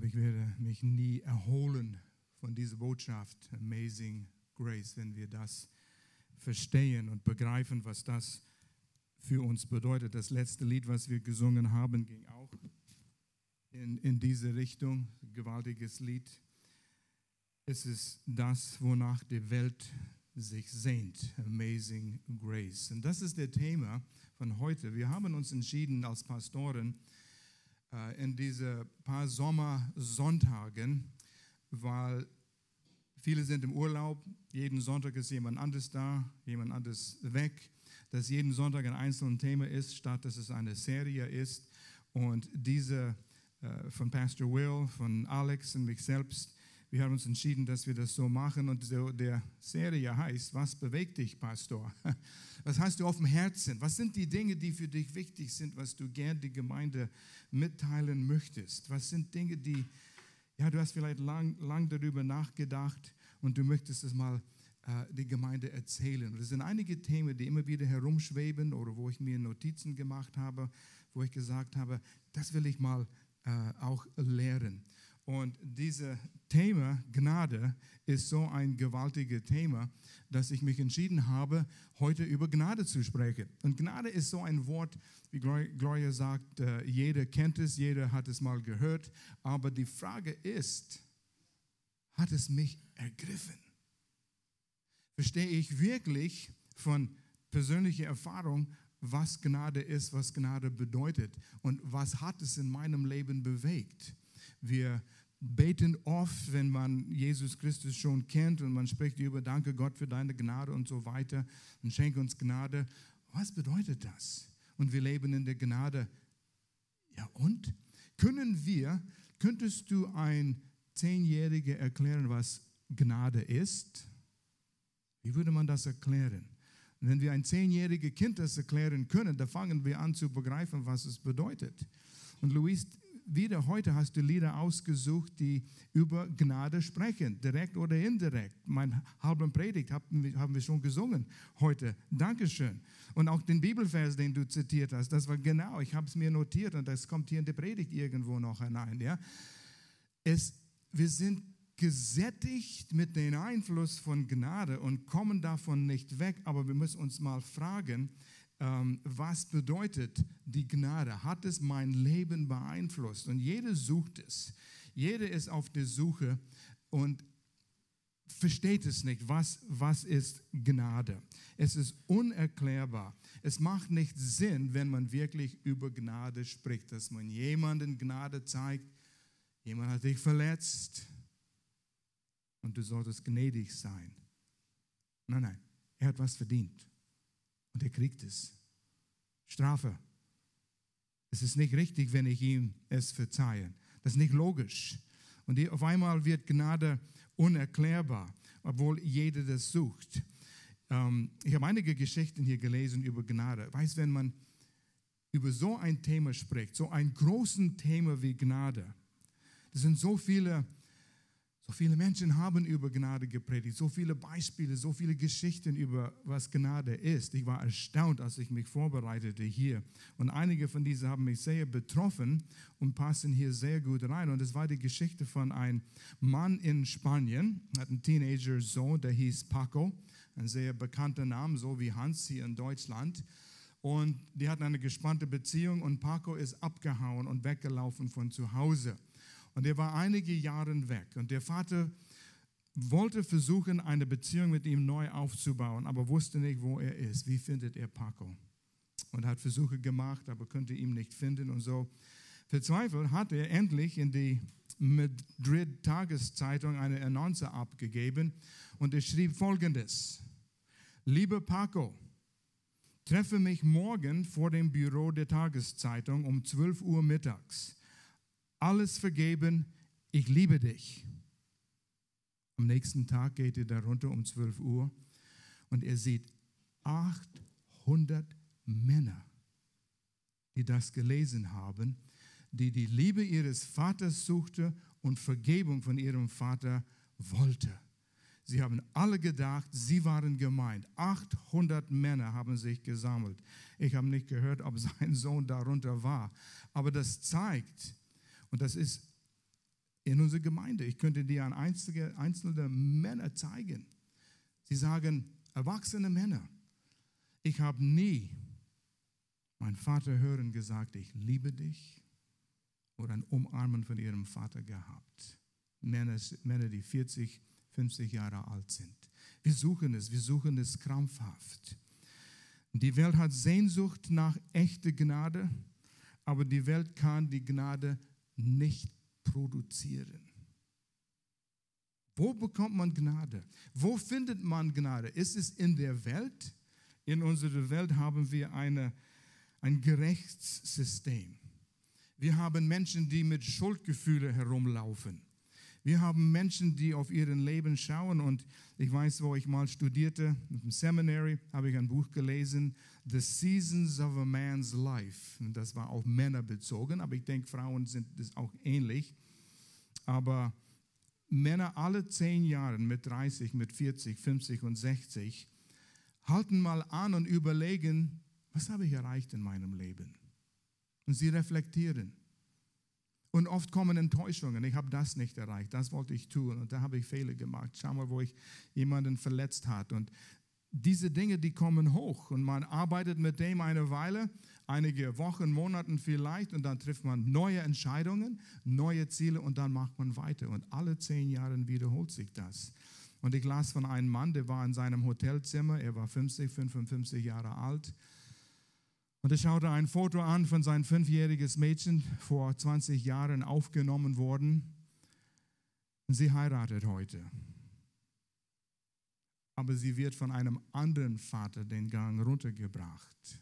ich werde mich nie erholen von dieser Botschaft, Amazing Grace, wenn wir das verstehen und begreifen, was das für uns bedeutet. Das letzte Lied, was wir gesungen haben, ging auch in diese Richtung. Gewaltiges Lied. Es ist das, wonach die Welt sich sehnt. Amazing Grace. Und das ist das Thema von heute. Wir haben uns entschieden als Pastoren in diese paar Sommersonntagen, weil viele sind im Urlaub, jeden Sonntag ist jemand anderes da, jemand anderes weg, dass jeden Sonntag ein einzelnes Thema ist, statt dass es eine Serie ist. Und diese von Pastor Will, von Alex und mich selbst, wir haben uns entschieden, dass wir das so machen. Und der Serie heißt, was bewegt dich, Pastor? Was hast du auf dem Herzen? Was sind die Dinge, die für dich wichtig sind, was du gern die Gemeinde mitteilen möchtest? Was sind Dinge, die, ja, du hast vielleicht lang darüber nachgedacht und du möchtest es mal die Gemeinde erzählen. Und es sind einige Themen, die immer wieder herumschweben oder wo ich mir Notizen gemacht habe, wo ich gesagt habe, das will ich mal auch lehren. Und dieses Thema Gnade ist so ein gewaltiges Thema, dass ich mich entschieden habe, heute über Gnade zu sprechen. Und Gnade ist so ein Wort, wie Gloria sagt, jeder kennt es, jeder hat es mal gehört. Aber die Frage ist, hat es mich ergriffen? Verstehe ich wirklich von persönlicher Erfahrung, was Gnade ist, was Gnade bedeutet und was hat es in meinem Leben bewegt? Wir beten oft, wenn man Jesus Christus schon kennt und man spricht über Danke Gott für deine Gnade und so weiter und schenke uns Gnade. Was bedeutet das? Und wir leben in der Gnade. Ja und? Könntest du ein 10-Jähriger erklären, was Gnade ist? Wie würde man das erklären? Und wenn wir ein 10-jähriges Kind das erklären können, dann fangen wir an zu begreifen, was es bedeutet. Und Luis, wieder heute hast du Lieder ausgesucht, die über Gnade sprechen, direkt oder indirekt. Mein halben Predigt haben wir schon gesungen heute. Dankeschön. Und auch den Bibelvers, den du zitiert hast, das war genau, ich habe es mir notiert und das kommt hier in der Predigt irgendwo noch hinein. Ja? Wir sind gesättigt mit dem Einfluss von Gnade und kommen davon nicht weg, aber wir müssen uns mal fragen, was bedeutet die Gnade? Hat es mein Leben beeinflusst? Und jeder sucht es. Jeder ist auf der Suche und versteht es nicht. Was ist Gnade? Es ist unerklärbar. Es macht nicht Sinn, wenn man wirklich über Gnade spricht, dass man jemandem Gnade zeigt, jemand hat dich verletzt und du solltest gnädig sein. Nein, er hat was verdient. Und er kriegt es. Strafe. Es ist nicht richtig, wenn ich ihm es verzeihe. Das ist nicht logisch. Und auf einmal wird Gnade unerklärbar, obwohl jeder das sucht. Ich habe einige Geschichten hier gelesen über Gnade. Weißt du, wenn man über so ein Thema spricht, so ein großes Thema wie Gnade, das sind so viele Menschen haben über Gnade gepredigt, so viele Beispiele, so viele Geschichten über was Gnade ist. Ich war erstaunt, als ich mich vorbereitete hier. Und einige von diesen haben mich sehr betroffen und passen hier sehr gut rein. Und es war die Geschichte von einem Mann in Spanien, hat einen Teenager-Sohn, der hieß Paco, ein sehr bekannter Name, so wie Hans hier in Deutschland. Und die hatten eine gespannte Beziehung und Paco ist abgehauen und weggelaufen von zu Hause. Und er war einige Jahre weg. Und der Vater wollte versuchen, eine Beziehung mit ihm neu aufzubauen, aber wusste nicht, wo er ist. Wie findet er Paco? Und hat Versuche gemacht, aber konnte ihn nicht finden. Und so verzweifelt hat er endlich in die Madrid-Tageszeitung eine Annonce abgegeben. Und er schrieb Folgendes: Lieber Paco, treffe mich morgen vor dem Büro der Tageszeitung um 12 Uhr mittags. Alles vergeben, ich liebe dich. Am nächsten Tag geht er da runter um 12 Uhr und er sieht 800 Männer, die das gelesen haben, die die Liebe ihres Vaters suchte und Vergebung von ihrem Vater wollte. Sie haben alle gedacht, sie waren gemeint. 800 Männer haben sich gesammelt. Ich habe nicht gehört, ob sein Sohn darunter war. Aber das zeigt, und das ist in unserer Gemeinde. Ich könnte dir an einzelne Männer zeigen. Sie sagen, erwachsene Männer, ich habe nie meinen Vater hören gesagt, ich liebe dich, oder ein Umarmen von ihrem Vater gehabt. Männer, die 40, 50 Jahre alt sind. Wir suchen es krampfhaft. Die Welt hat Sehnsucht nach echter Gnade, aber die Welt kann die Gnade nicht produzieren. Wo bekommt man Gnade? Wo findet man Gnade? Ist es in der Welt? In unserer Welt haben wir ein Gerichtssystem. Wir haben Menschen, die mit Schuldgefühlen herumlaufen. Wir haben Menschen, die auf ihr Leben schauen. Und ich weiß, wo ich mal studierte, im Seminary, habe ich ein Buch gelesen, The Seasons of a Man's Life. Und das war auf Männer bezogen, aber ich denke, Frauen sind das auch ähnlich. Aber Männer alle 10 Jahre, mit 30, mit 40, 50 und 60, halten mal an und überlegen, was habe ich erreicht in meinem Leben? Und sie reflektieren. Und oft kommen Enttäuschungen. Ich habe das nicht erreicht, das wollte ich tun und da habe ich Fehler gemacht. Schau mal, wo ich jemanden verletzt habe. Und diese Dinge, die kommen hoch und man arbeitet mit dem eine Weile, einige Wochen, Monaten vielleicht und dann trifft man neue Entscheidungen, neue Ziele und dann macht man weiter. Und alle 10 Jahre wiederholt sich das. Und ich las von einem Mann, der war in seinem Hotelzimmer, er war 50, 55 Jahre alt. Und er schaute ein Foto an von seinem 5-jähriges Mädchen, vor 20 Jahren aufgenommen worden. Und sie heiratet heute. Aber sie wird von einem anderen Vater den Gang runtergebracht.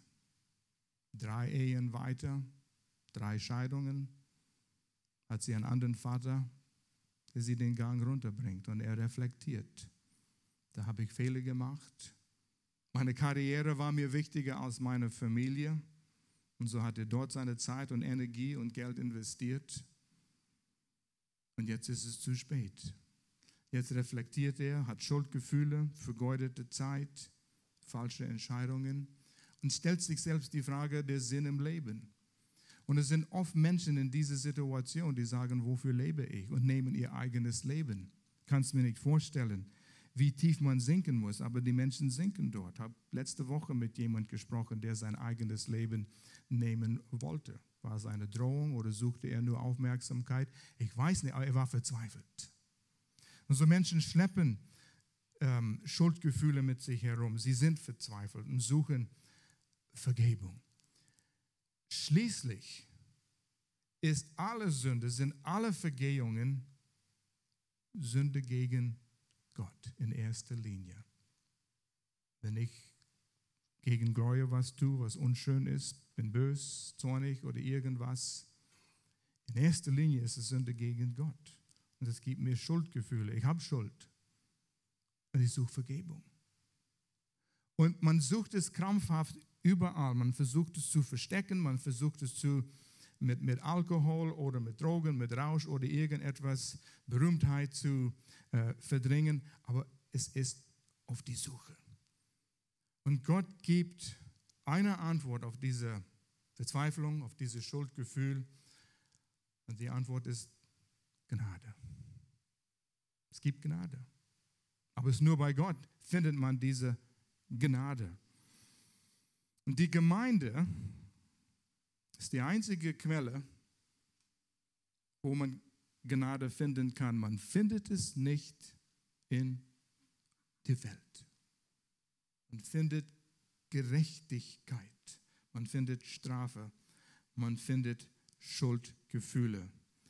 3 Ehen weiter, 3 Scheidungen, hat sie einen anderen Vater, der sie den Gang runterbringt. Und er reflektiert. Da habe ich Fehler gemacht. Meine Karriere war mir wichtiger als meine Familie. Und so hat er dort seine Zeit und Energie und Geld investiert. Und jetzt ist es zu spät. Jetzt reflektiert er, hat Schuldgefühle, vergeudete Zeit, falsche Entscheidungen und stellt sich selbst die Frage der Sinn im Leben. Und es sind oft Menschen in dieser Situation, die sagen, wofür lebe ich? Und nehmen ihr eigenes Leben. Kannst mir nicht vorstellen, wie tief man sinken muss, aber die Menschen sinken dort. Ich habe letzte Woche mit jemandem gesprochen, der sein eigenes Leben nehmen wollte. War es eine Drohung oder suchte er nur Aufmerksamkeit? Ich weiß nicht, aber er war verzweifelt. Und so Menschen schleppen Schuldgefühle mit sich herum. Sie sind verzweifelt und suchen Vergebung. Schließlich ist alle Sünde, sind alle Vergehungen Sünde gegen Gott in erster Linie. Wenn ich gegen Gläubiger was tue, was unschön ist, bin bös, zornig oder irgendwas, in erster Linie ist es Sünde gegen Gott. Und es gibt mir Schuldgefühle. Ich habe Schuld. Und ich suche Vergebung. Und man sucht es krampfhaft überall. Man versucht es zu verstecken, man versucht es mit Alkohol oder mit Drogen, mit Rausch oder irgendetwas, Berühmtheit zu verdrängen. Aber es ist auf die Suche. Und Gott gibt eine Antwort auf diese Verzweiflung, auf dieses Schuldgefühl. Und die Antwort ist Gnade. Es gibt Gnade. Aber es nur bei Gott findet man diese Gnade. Und die Gemeinde ist die einzige Quelle, wo man Gnade finden kann. Man findet es nicht in der Welt. Man findet Gerechtigkeit. Man findet Strafe. Man findet Schuldgefühle.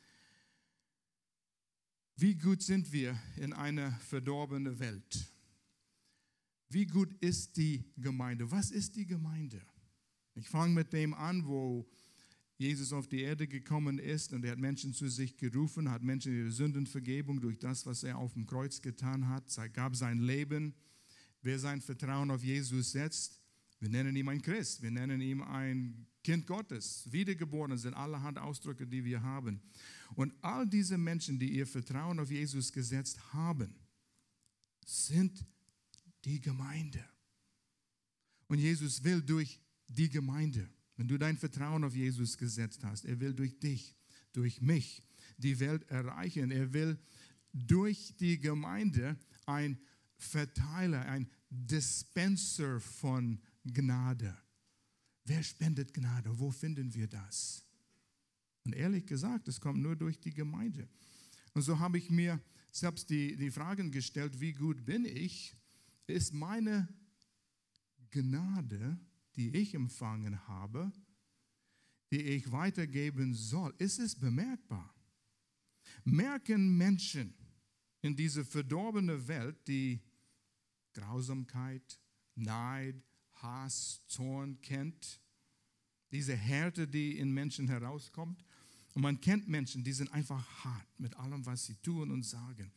Wie gut sind wir in einer verdorbenen Welt? Wie gut ist die Gemeinde? Was ist die Gemeinde? Ich fange mit dem an, wo Jesus auf die Erde gekommen ist und er hat Menschen zu sich gerufen, hat Menschen ihre Sündenvergebung durch das, was er auf dem Kreuz getan hat, gab sein Leben. Wer sein Vertrauen auf Jesus setzt, wir nennen ihn ein Christ, wir nennen ihn ein Kind Gottes. Wiedergeboren sind allerhand Ausdrücke, die wir haben. Und all diese Menschen, die ihr Vertrauen auf Jesus gesetzt haben, sind die Gemeinde. Und Jesus will durch die Gemeinde, wenn du dein Vertrauen auf Jesus gesetzt hast, er will durch dich, durch mich, die Welt erreichen. Er will durch die Gemeinde ein Verteiler, ein Dispenser von Gnade. Wer spendet Gnade? Wo finden wir das? Und ehrlich gesagt, es kommt nur durch die Gemeinde. Und so habe ich mir selbst die Fragen gestellt, wie gut bin ich? Ist meine Gnade, die ich empfangen habe, die ich weitergeben soll, ist es bemerkbar? Merken Menschen in dieser verdorbenen Welt, die Grausamkeit, Neid, Hass, Zorn kennt, diese Härte, die in Menschen herauskommt? Und man kennt Menschen, die sind einfach hart mit allem, was sie tun und sagen.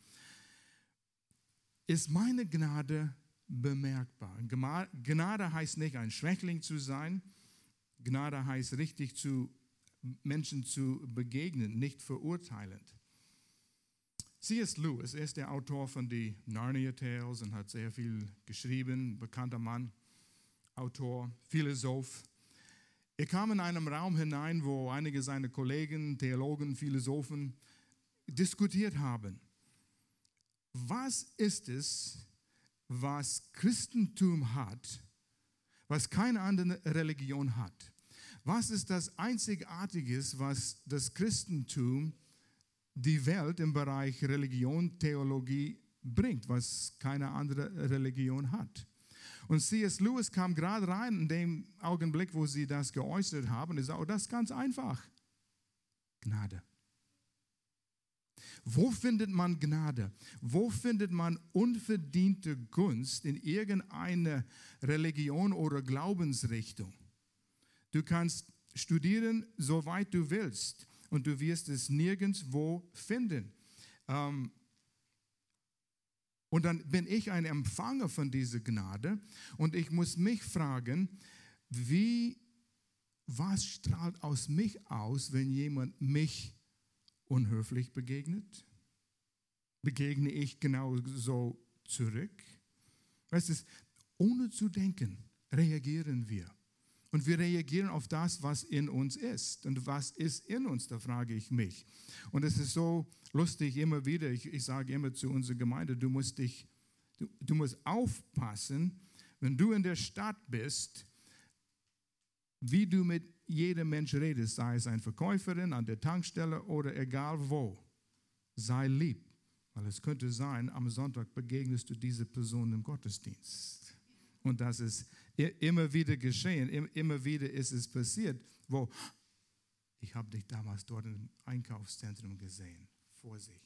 Ist meine Gnade bemerkbar? Gnade heißt nicht, ein Schwächling zu sein. Gnade heißt, richtig zu Menschen zu begegnen, nicht verurteilend. C.S. Lewis, er ist der Autor von den Narnia Tales und hat sehr viel geschrieben, bekannter Mann, Autor, Philosoph. Er kam in einem Raum hinein, wo einige seiner Kollegen, Theologen, Philosophen diskutiert haben. Was ist es, was Christentum hat, was keine andere Religion hat? Was ist das Einzigartige, was das Christentum die Welt im Bereich Religion, Theologie bringt, was keine andere Religion hat? Und C.S. Lewis kam gerade rein in dem Augenblick, wo sie das geäußert haben. Und er sagte, oh, das ist ganz einfach. Gnade. Wo findet man Gnade? Wo findet man unverdiente Gunst in irgendeiner Religion oder Glaubensrichtung? Du kannst studieren, soweit du willst, und du wirst es nirgendwo finden. Und dann bin ich ein Empfänger von dieser Gnade und ich muss mich fragen, was strahlt aus mich aus, wenn jemand mich unhöflich begegnet? Begegne ich genauso zurück? Weißt du, ohne zu denken reagieren wir. Und wir reagieren auf das, was in uns ist. Und was ist in uns, da frage ich mich. Und es ist so lustig immer wieder, ich sage immer zu unserer Gemeinde, du musst aufpassen, wenn du in der Stadt bist, wie du mit jedem Menschen redest, sei es eine Verkäuferin an der Tankstelle oder egal wo. Sei lieb, weil es könnte sein, am Sonntag begegnest du diese Person im Gottesdienst. Und das ist immer wieder geschehen, immer wieder ist es passiert, wo ich habe dich damals dort im Einkaufszentrum gesehen. Vorsicht.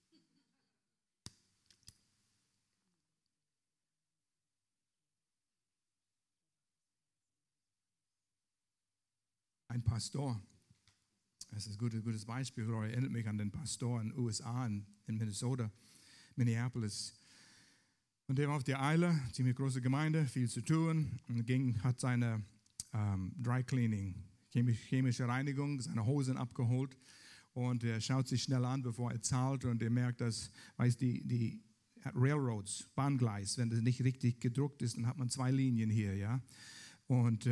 Ein Pastor, das ist ein gutes Beispiel, erinnert mich an den Pastor in den USA, in Minnesota, Minneapolis. Und der war auf der Eile, ziemlich große Gemeinde, viel zu tun, und hat seine Dry Cleaning, chemische Reinigung, seine Hosen abgeholt. Und er schaut sich schnell an, bevor er zahlt, und er merkt, dass, die Railroads, Bahngleis, wenn das nicht richtig gedruckt ist, dann hat man 2 Linien hier, ja, und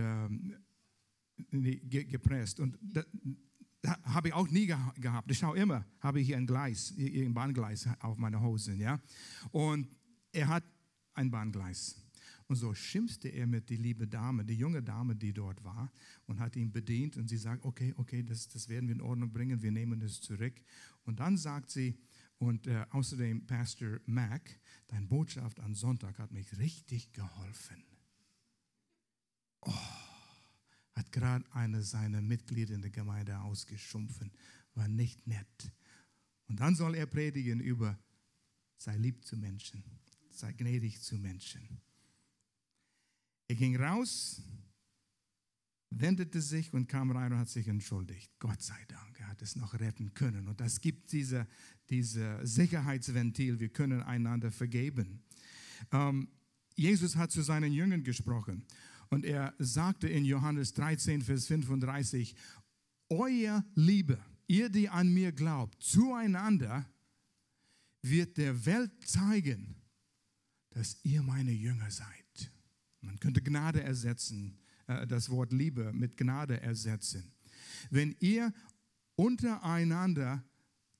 gepresst. Und das habe ich auch nie gehabt. Ich schaue immer, habe ich hier ein Bahngleis auf meiner Hosen, ja. Und er hat ein Bahngleis. Und so schimpfte er mit der liebe Dame, die junge Dame, die dort war, und hat ihn bedient. Und sie sagt, okay, das werden wir in Ordnung bringen, wir nehmen es zurück. Und dann sagt sie, und außerdem Pastor Mac, deine Botschaft am Sonntag hat mich richtig geholfen. Oh, hat gerade eine seiner Mitglieder in der Gemeinde ausgeschumpfen, war nicht nett. Und dann soll er predigen über, sei lieb zu Menschen, sei gnädig zu Menschen. Er ging raus, wendete sich und kam rein und hat sich entschuldigt. Gott sei Dank, er hat es noch retten können. Und das gibt diese Sicherheitsventil, wir können einander vergeben. Jesus hat zu seinen Jüngern gesprochen und er sagte in Johannes 13, Vers 35, euer Liebe, ihr, die an mir glaubt, zueinander wird der Welt zeigen, dass ihr meine Jünger seid. Man könnte Gnade ersetzen, das Wort Liebe mit Gnade ersetzen. Wenn ihr untereinander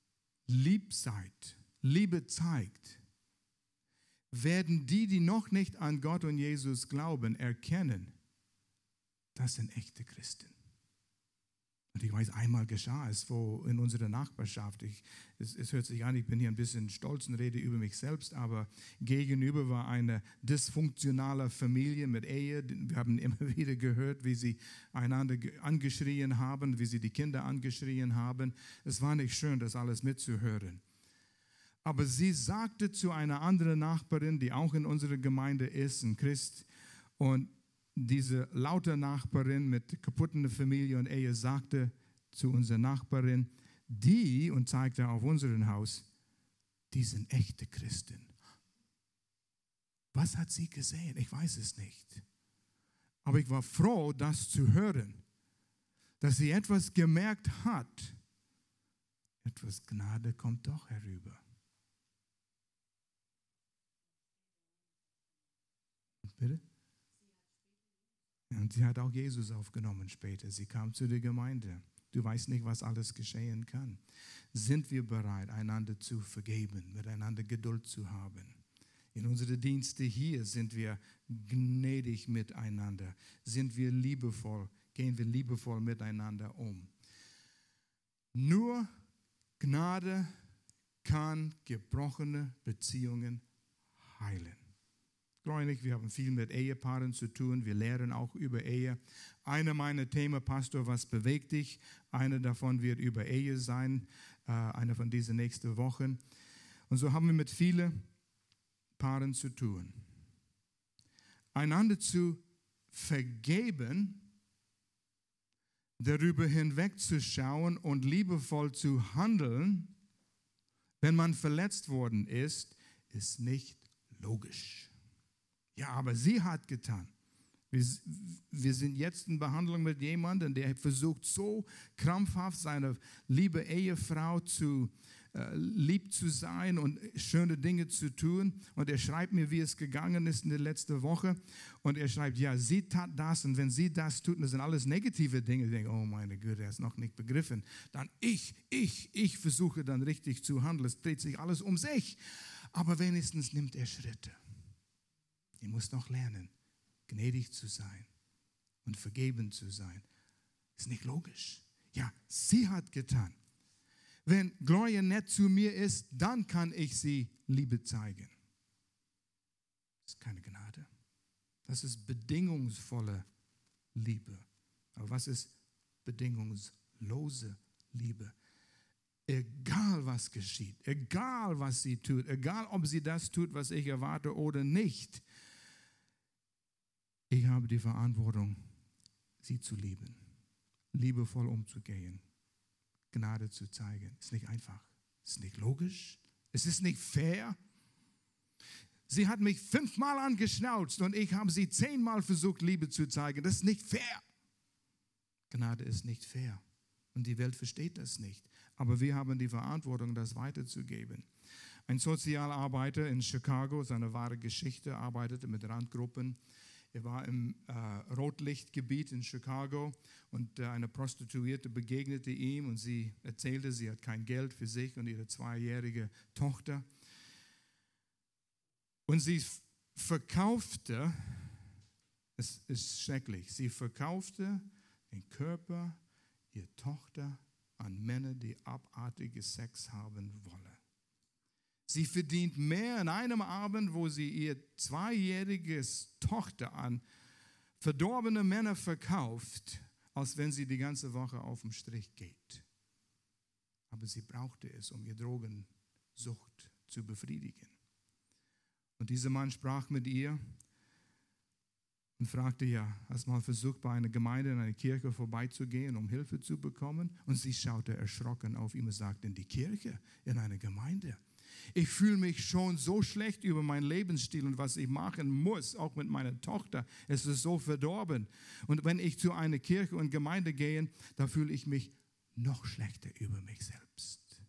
lieb seid, Liebe zeigt, werden die, die noch nicht an Gott und Jesus glauben, erkennen, das sind echte Christen. Und ich weiß, einmal geschah es wo in unserer Nachbarschaft. Es hört sich an, ich bin hier ein bisschen stolz und rede über mich selbst, aber gegenüber war eine dysfunktionale Familie mit Ehe. Wir haben immer wieder gehört, wie sie einander angeschrien haben, wie sie die Kinder angeschrien haben. Es war nicht schön, das alles mitzuhören. Aber sie sagte zu einer anderen Nachbarin, die auch in unserer Gemeinde ist, ein Christ, und diese laute Nachbarin mit kaputten Familie und Ehe sagte zu unserer Nachbarin, die, und zeigte auf unser Haus, die sind echte Christen. Was hat sie gesehen? Ich weiß es nicht. Aber ich war froh, das zu hören, dass sie etwas gemerkt hat. Etwas Gnade kommt doch herüber. Bitte? Und sie hat auch Jesus aufgenommen später. Sie kam zu der Gemeinde. Du weißt nicht, was alles geschehen kann. Sind wir bereit, einander zu vergeben, miteinander Geduld zu haben? In unseren Diensten hier sind wir gnädig miteinander. Sind wir liebevoll, gehen wir liebevoll miteinander um. Nur Gnade kann gebrochene Beziehungen heilen. Wir haben viel mit Ehepaaren zu tun. Wir lehren auch über Ehe. Einer meiner Themen, Pastor, was bewegt dich? Einer davon wird über Ehe sein. Einer von diesen nächsten Wochen. Und so haben wir mit vielen Paaren zu tun. Einander zu vergeben, darüber hinwegzuschauen und liebevoll zu handeln, wenn man verletzt worden ist, ist nicht logisch. Ja, aber sie hat getan. Wir sind jetzt in Behandlung mit jemandem, der versucht so krampfhaft seine liebe Ehefrau lieb zu sein und schöne Dinge zu tun. Und er schreibt mir, wie es gegangen ist in der letzten Woche. Und er schreibt, ja, sie tat das und wenn sie das tut, das sind alles negative Dinge. Ich denke, oh meine Güte, er ist noch nicht begriffen. Dann ich versuche dann richtig zu handeln. Es dreht sich alles um sich. Aber wenigstens nimmt er Schritte. Ich muss noch lernen, gnädig zu sein und vergeben zu sein. Ist nicht logisch. Ja, sie hat getan. Wenn Gloria nett zu mir ist, dann kann ich sie Liebe zeigen. Das ist keine Gnade. Das ist bedingungsvolle Liebe. Aber was ist bedingungslose Liebe? Egal was geschieht, egal was sie tut, egal ob sie das tut, was ich erwarte oder nicht, ich habe die Verantwortung, sie zu lieben, liebevoll umzugehen, Gnade zu zeigen. Ist nicht einfach, ist nicht logisch, es ist nicht fair. Sie hat mich 5-mal angeschnauzt und ich habe sie 10-mal versucht, Liebe zu zeigen. Das ist nicht fair. Gnade ist nicht fair und die Welt versteht das nicht. Aber wir haben die Verantwortung, das weiterzugeben. Ein Sozialarbeiter in Chicago, seine wahre Geschichte, arbeitete mit Randgruppen. Er war im Rotlichtgebiet in Chicago und eine Prostituierte begegnete ihm und sie erzählte, sie hat kein Geld für sich und ihre 2-jährige Tochter. Und sie verkaufte, es ist schrecklich, sie verkaufte den Körper ihrer Tochter an Männer, die abartige Sex haben wollen. Sie verdient mehr in einem Abend, wo sie ihr 2-jähriges Tochter an verdorbene Männer verkauft, als wenn sie die ganze Woche auf dem Strich geht. Aber sie brauchte es, um ihre Drogensucht zu befriedigen. Und dieser Mann sprach mit ihr und fragte, ja, hast du mal versucht, bei einer Gemeinde, in einer Kirche vorbeizugehen, um Hilfe zu bekommen? Und sie schaute erschrocken auf ihn und sagte, in die Kirche, in eine Gemeinde. Ich fühle mich schon so schlecht über meinen Lebensstil und was ich machen muss, auch mit meiner Tochter. Es ist so verdorben. Und wenn ich zu einer Kirche und Gemeinde gehe, da fühle ich mich noch schlechter über mich selbst.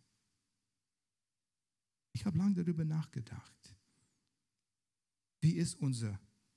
Ich habe lange darüber nachgedacht. Wie ist unsere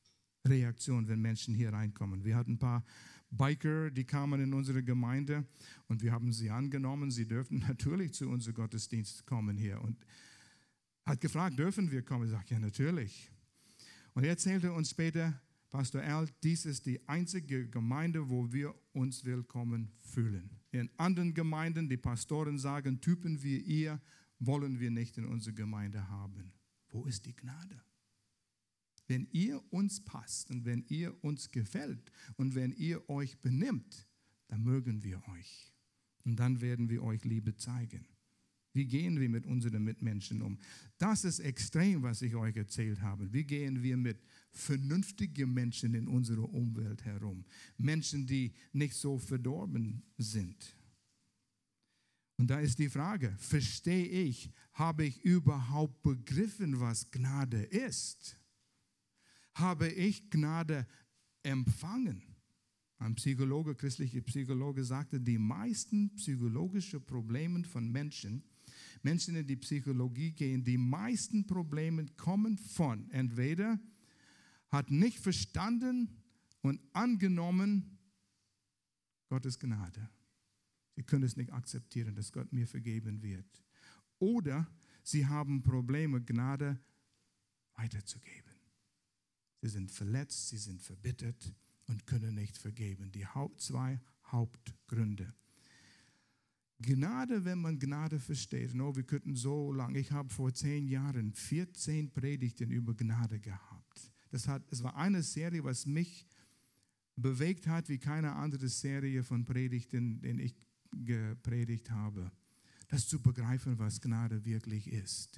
Reaktion, wenn Menschen hier reinkommen. Wir hatten ein paar Biker, die kamen in unsere Gemeinde und wir haben sie angenommen. Sie dürften natürlich zu unserem Gottesdienst kommen hier. Und hat gefragt, dürfen wir kommen? Ich sage, ja, natürlich. Und er erzählte uns später, Pastor Al, dies ist die einzige Gemeinde, wo wir uns willkommen fühlen. In anderen Gemeinden, die Pastoren sagen, Typen wie ihr wollen wir nicht in unserer Gemeinde haben. Wo ist die Gnade? Wenn ihr uns passt und wenn ihr uns gefällt und wenn ihr euch benimmt, dann mögen wir euch. Und dann werden wir euch Liebe zeigen. Wie gehen wir mit unseren Mitmenschen um? Das ist extrem, was ich euch erzählt habe. Wie gehen wir mit vernünftigen Menschen in unserer Umwelt herum? Menschen, die nicht so verdorben sind. Und da ist die Frage, verstehe ich, habe ich überhaupt begriffen, was Gnade ist? Habe ich Gnade empfangen? Ein Psychologe, christlicher Psychologe sagte, die meisten psychologischen Probleme von Menschen in die Psychologie gehen, die meisten Probleme kommen von entweder hat nicht verstanden und angenommen Gottes Gnade. Sie können es nicht akzeptieren, dass Gott mir vergeben wird. Oder sie haben Probleme, Gnade weiterzugeben. Sie sind verletzt, sie sind verbittert und können nicht vergeben. Die zwei Hauptgründe. Gnade, wenn man Gnade versteht. No, wir könnten so lange. Ich habe vor 10 Jahren 14 Predigten über Gnade gehabt. Es war eine Serie, was mich bewegt hat, wie keine andere Serie von Predigten, den ich gepredigt habe. Das zu begreifen, was Gnade wirklich ist.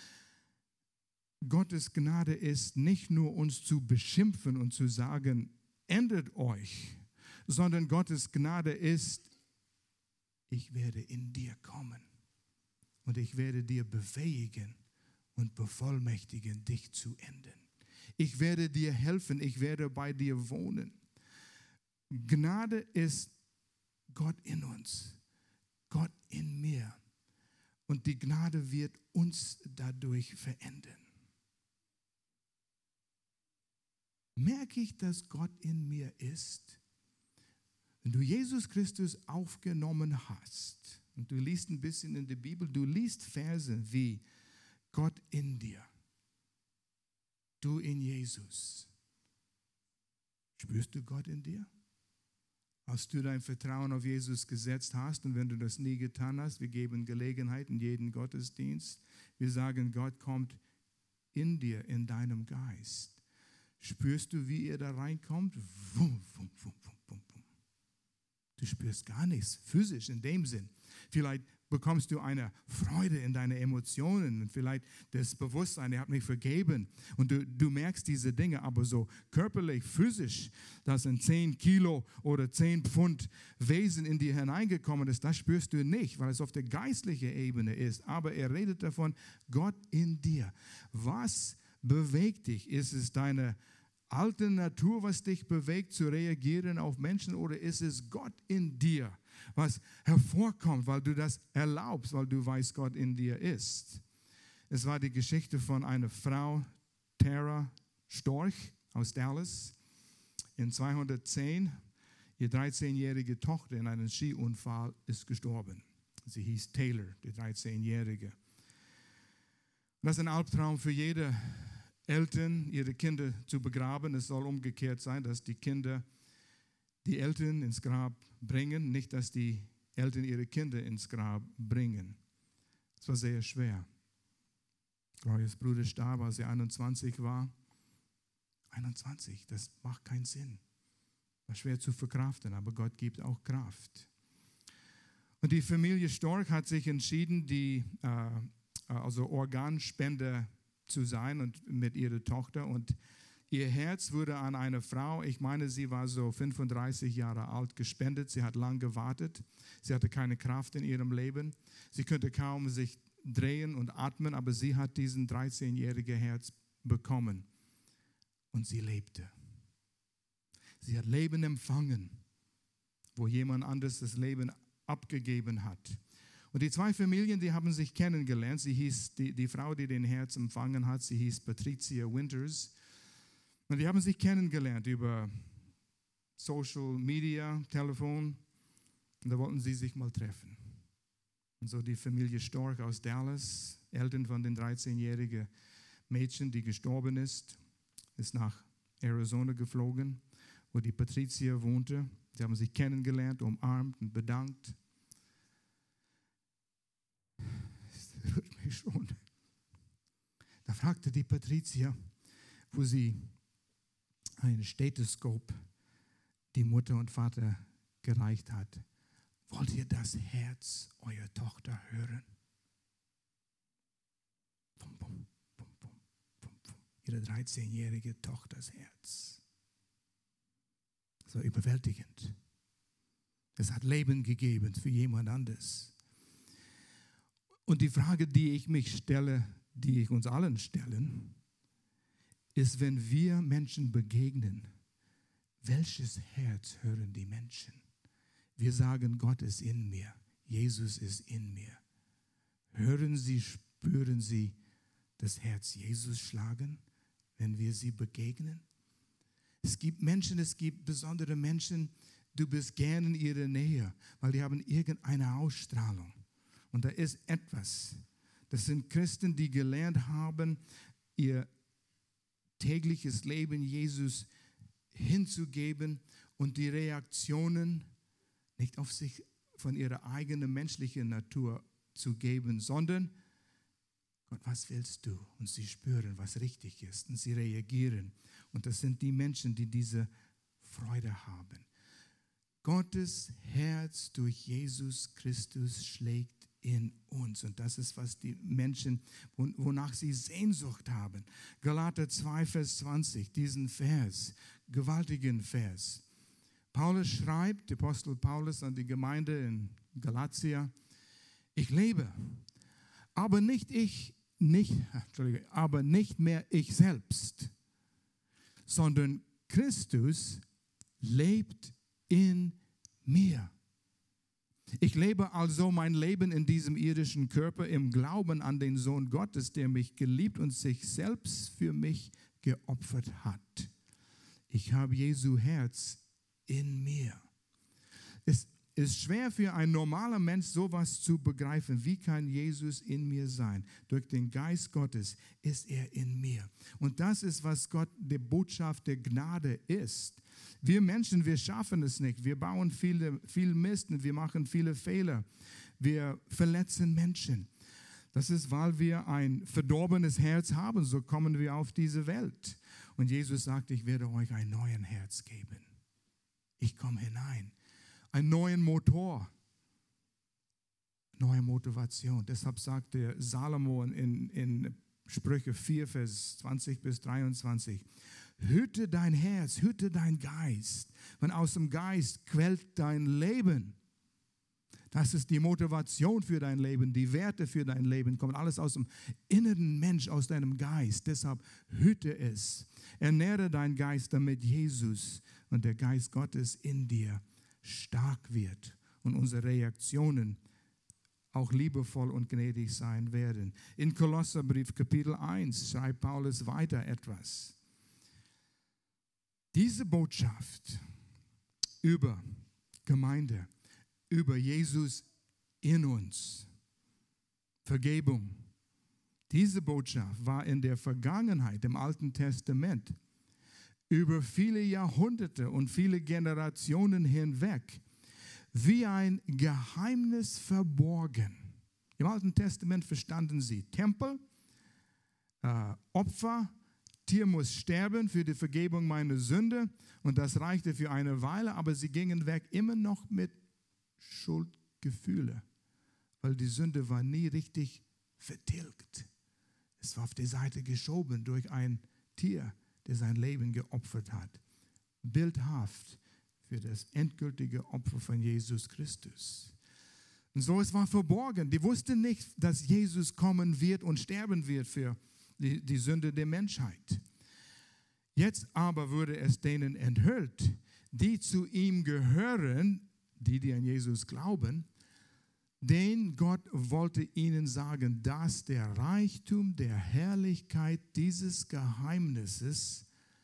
Gottes Gnade ist nicht nur uns zu beschimpfen und zu sagen, ändert euch, sondern Gottes Gnade ist, ich werde in dir kommen und ich werde dir befähigen und bevollmächtigen, dich zu ändern. Ich werde dir helfen, ich werde bei dir wohnen. Gnade ist Gott in uns, Gott in mir. Und die Gnade wird uns dadurch verändern. Merke ich, dass Gott in mir ist? Wenn du Jesus Christus aufgenommen hast und du liest ein bisschen in der Bibel, du liest Verse wie Gott in dir, du in Jesus. Spürst du Gott in dir? Als du dein Vertrauen auf Jesus gesetzt hast und wenn du das nie getan hast, wir geben Gelegenheit in jeden Gottesdienst. Wir sagen, Gott kommt in dir, in deinem Geist. Spürst du, wie er da reinkommt? Wum, wum, wum, wum, wum, wum. Du spürst gar nichts, physisch in dem Sinn. Vielleicht bekommst du eine Freude in deine Emotionen und vielleicht das Bewusstsein, er hat mich vergeben. Und du merkst diese Dinge, aber so körperlich, physisch, dass ein 10 Kilo oder 10 Pfund Wesen in dir hineingekommen ist, das spürst du nicht, weil es auf der geistlichen Ebene ist. Aber er redet davon, Gott in dir. Was bewegt dich? Ist es deine alte Natur, was dich bewegt, zu reagieren auf Menschen, oder ist es Gott in dir, was hervorkommt, weil du das erlaubst, weil du weißt, Gott in dir ist? Es war die Geschichte von einer Frau, Tara Storch aus Dallas. In 2010, ihre 13-jährige Tochter in einem Skiunfall ist gestorben. Sie hieß Taylor, die 13-jährige. Das ist ein Albtraum für jede Eltern, ihre Kinder zu begraben. Es soll umgekehrt sein, dass die Kinder die Eltern ins Grab bringen, nicht, dass die Eltern ihre Kinder ins Grab bringen. Es war sehr schwer. Glorias Bruder starb, als er 21 war. 21, das macht keinen Sinn. War schwer zu verkraften, aber Gott gibt auch Kraft. Und die Familie Storch hat sich entschieden, also Organspender zu sein und mit ihrer Tochter, und ihr Herz wurde an eine Frau, ich meine, sie war so 35 Jahre alt, gespendet. Sie hat lange gewartet. Sie hatte keine Kraft in ihrem Leben. Sie konnte kaum sich drehen und atmen, aber sie hat diesen 13-jährigen Herz bekommen und sie lebte. Sie hat Leben empfangen, wo jemand anderes das Leben abgegeben hat. Und die zwei Familien, die haben sich kennengelernt. Sie hieß, die Frau, die den Herz empfangen hat, sie hieß Patricia Winters. Und die haben sich kennengelernt über Social Media, Telefon. Und da wollten sie sich mal treffen. Und so die Familie Storch aus Dallas, Eltern von den 13-jährigen Mädchen, die gestorben ist nach Arizona geflogen, wo die Patricia wohnte. Sie haben sich kennengelernt, umarmt und bedankt. Das rührt mich schon. Da fragte die Patricia, wo sie ein Stethoskop die Mutter und Vater gereicht hat. Wollt ihr das Herz eurer Tochter hören? Bum, bum, bum, bum, bum, bum. Ihre 13-jährige Tochters Herz. Das war überwältigend. Es hat Leben gegeben für jemand anderes. Und die Frage, die ich mich stelle, die ich uns allen stellen, ist, wenn wir Menschen begegnen, welches Herz hören die Menschen? Wir sagen, Gott ist in mir, Jesus ist in mir. Hören Sie, spüren Sie das Herz Jesus schlagen, wenn wir sie begegnen? Es gibt Menschen, es gibt besondere Menschen, du bist gern in ihrer Nähe, weil die haben irgendeine Ausstrahlung. Und da ist etwas. Das sind Christen, die gelernt haben, ihr tägliches Leben Jesus hinzugeben und die Reaktionen nicht auf sich von ihrer eigenen menschlichen Natur zu geben, sondern Gott, was willst du? Und sie spüren, was richtig ist und sie reagieren. Und das sind die Menschen, die diese Freude haben. Gottes Herz durch Jesus Christus schlägt in uns. Und das ist, was die Menschen, wonach sie Sehnsucht haben. Galater 2, Vers 20, diesen Vers, gewaltigen Vers. Paulus schreibt, der Apostel Paulus an die Gemeinde in Galatia, ich lebe, aber nicht mehr ich selbst, sondern Christus lebt in mir. Ich lebe also mein Leben in diesem irdischen Körper im Glauben an den Sohn Gottes, der mich geliebt und sich selbst für mich geopfert hat. Ich habe Jesu Herz in mir. Es ist schwer für einen normalen Mensch, sowas zu begreifen. Wie kann Jesus in mir sein? Durch den Geist Gottes ist er in mir. Und das ist, was Gott, die Botschaft der Gnade ist. Wir Menschen, wir schaffen es nicht. Wir bauen viel Mist und wir machen viele Fehler. Wir verletzen Menschen. Das ist, weil wir ein verdorbenes Herz haben. So kommen wir auf diese Welt. Und Jesus sagt, ich werde euch ein neues Herz geben. Ich komme hinein. Einen neuen Motor. Neue Motivation. Deshalb sagte Salomo in Sprüche 4, Vers 20 bis 23, hüte dein Herz, hüte dein Geist, denn aus dem Geist quellt dein Leben. Das ist die Motivation für dein Leben, die Werte für dein Leben kommen alles aus dem inneren Mensch, aus deinem Geist. Deshalb hüte es, ernähre deinen Geist, damit Jesus und der Geist Gottes in dir stark wird und unsere Reaktionen auch liebevoll und gnädig sein werden. In Kolosserbrief Kapitel 1 schreibt Paulus weiter etwas. Diese Botschaft über Gemeinde, über Jesus in uns, Vergebung, diese Botschaft war in der Vergangenheit, im Alten Testament, über viele Jahrhunderte und viele Generationen hinweg wie ein Geheimnis verborgen. Im Alten Testament verstanden sie Tempel, Opfer, Tier muss sterben für die Vergebung meiner Sünde und das reichte für eine Weile, aber sie gingen weg immer noch mit Schuldgefühle, weil die Sünde war nie richtig vertilgt. Es war auf die Seite geschoben durch ein Tier, der sein Leben geopfert hat. Bildhaft für das endgültige Opfer von Jesus Christus. Und so, es war verborgen. Die wussten nicht, dass Jesus kommen wird und sterben wird für die Sünde der Menschheit. Jetzt aber wurde es denen enthüllt, die zu ihm gehören, die an Jesus glauben, denn Gott wollte ihnen sagen, dass der Reichtum der Herrlichkeit dieses Geheimnisses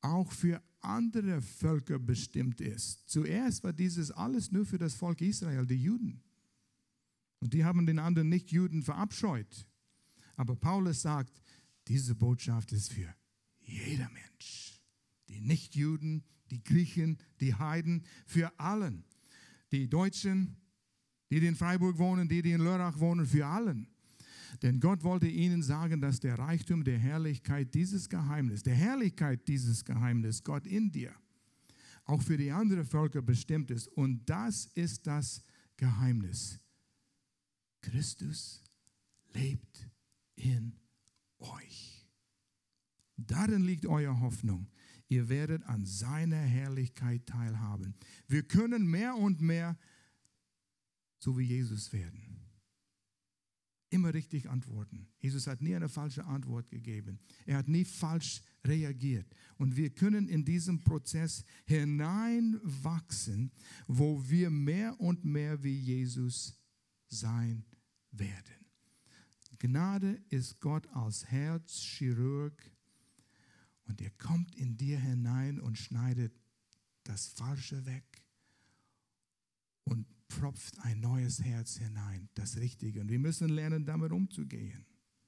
auch für andere Völker bestimmt ist. Zuerst war dieses alles nur für das Volk Israel, die Juden. Und die haben den anderen Nichtjuden verabscheut. Aber Paulus sagt, diese Botschaft ist für jeder Mensch. Die Nichtjuden, die Griechen, die Heiden, für allen. Die Deutschen, die in Freiburg wohnen, die in Lörrach wohnen, für allen. Denn Gott wollte ihnen sagen, dass der Reichtum der Herrlichkeit dieses Geheimnis, der Herrlichkeit dieses Geheimnis, Gott in dir, auch für die anderen Völker bestimmt ist. Und das ist das Geheimnis. Christus lebt in euch. Darin liegt eure Hoffnung. Ihr werdet an seiner Herrlichkeit teilhaben. Wir können mehr und mehr so wie Jesus werden. Immer richtig antworten. Jesus hat nie eine falsche Antwort gegeben. Er hat nie falsch reagiert. Und wir können in diesem Prozess hineinwachsen, wo wir mehr und mehr wie Jesus sein werden. Gnade ist Gott als Herzchirurg und er kommt in dir hinein und schneidet das Falsche weg und propft ein neues Herz hinein, das Richtige. Und wir müssen lernen, damit umzugehen.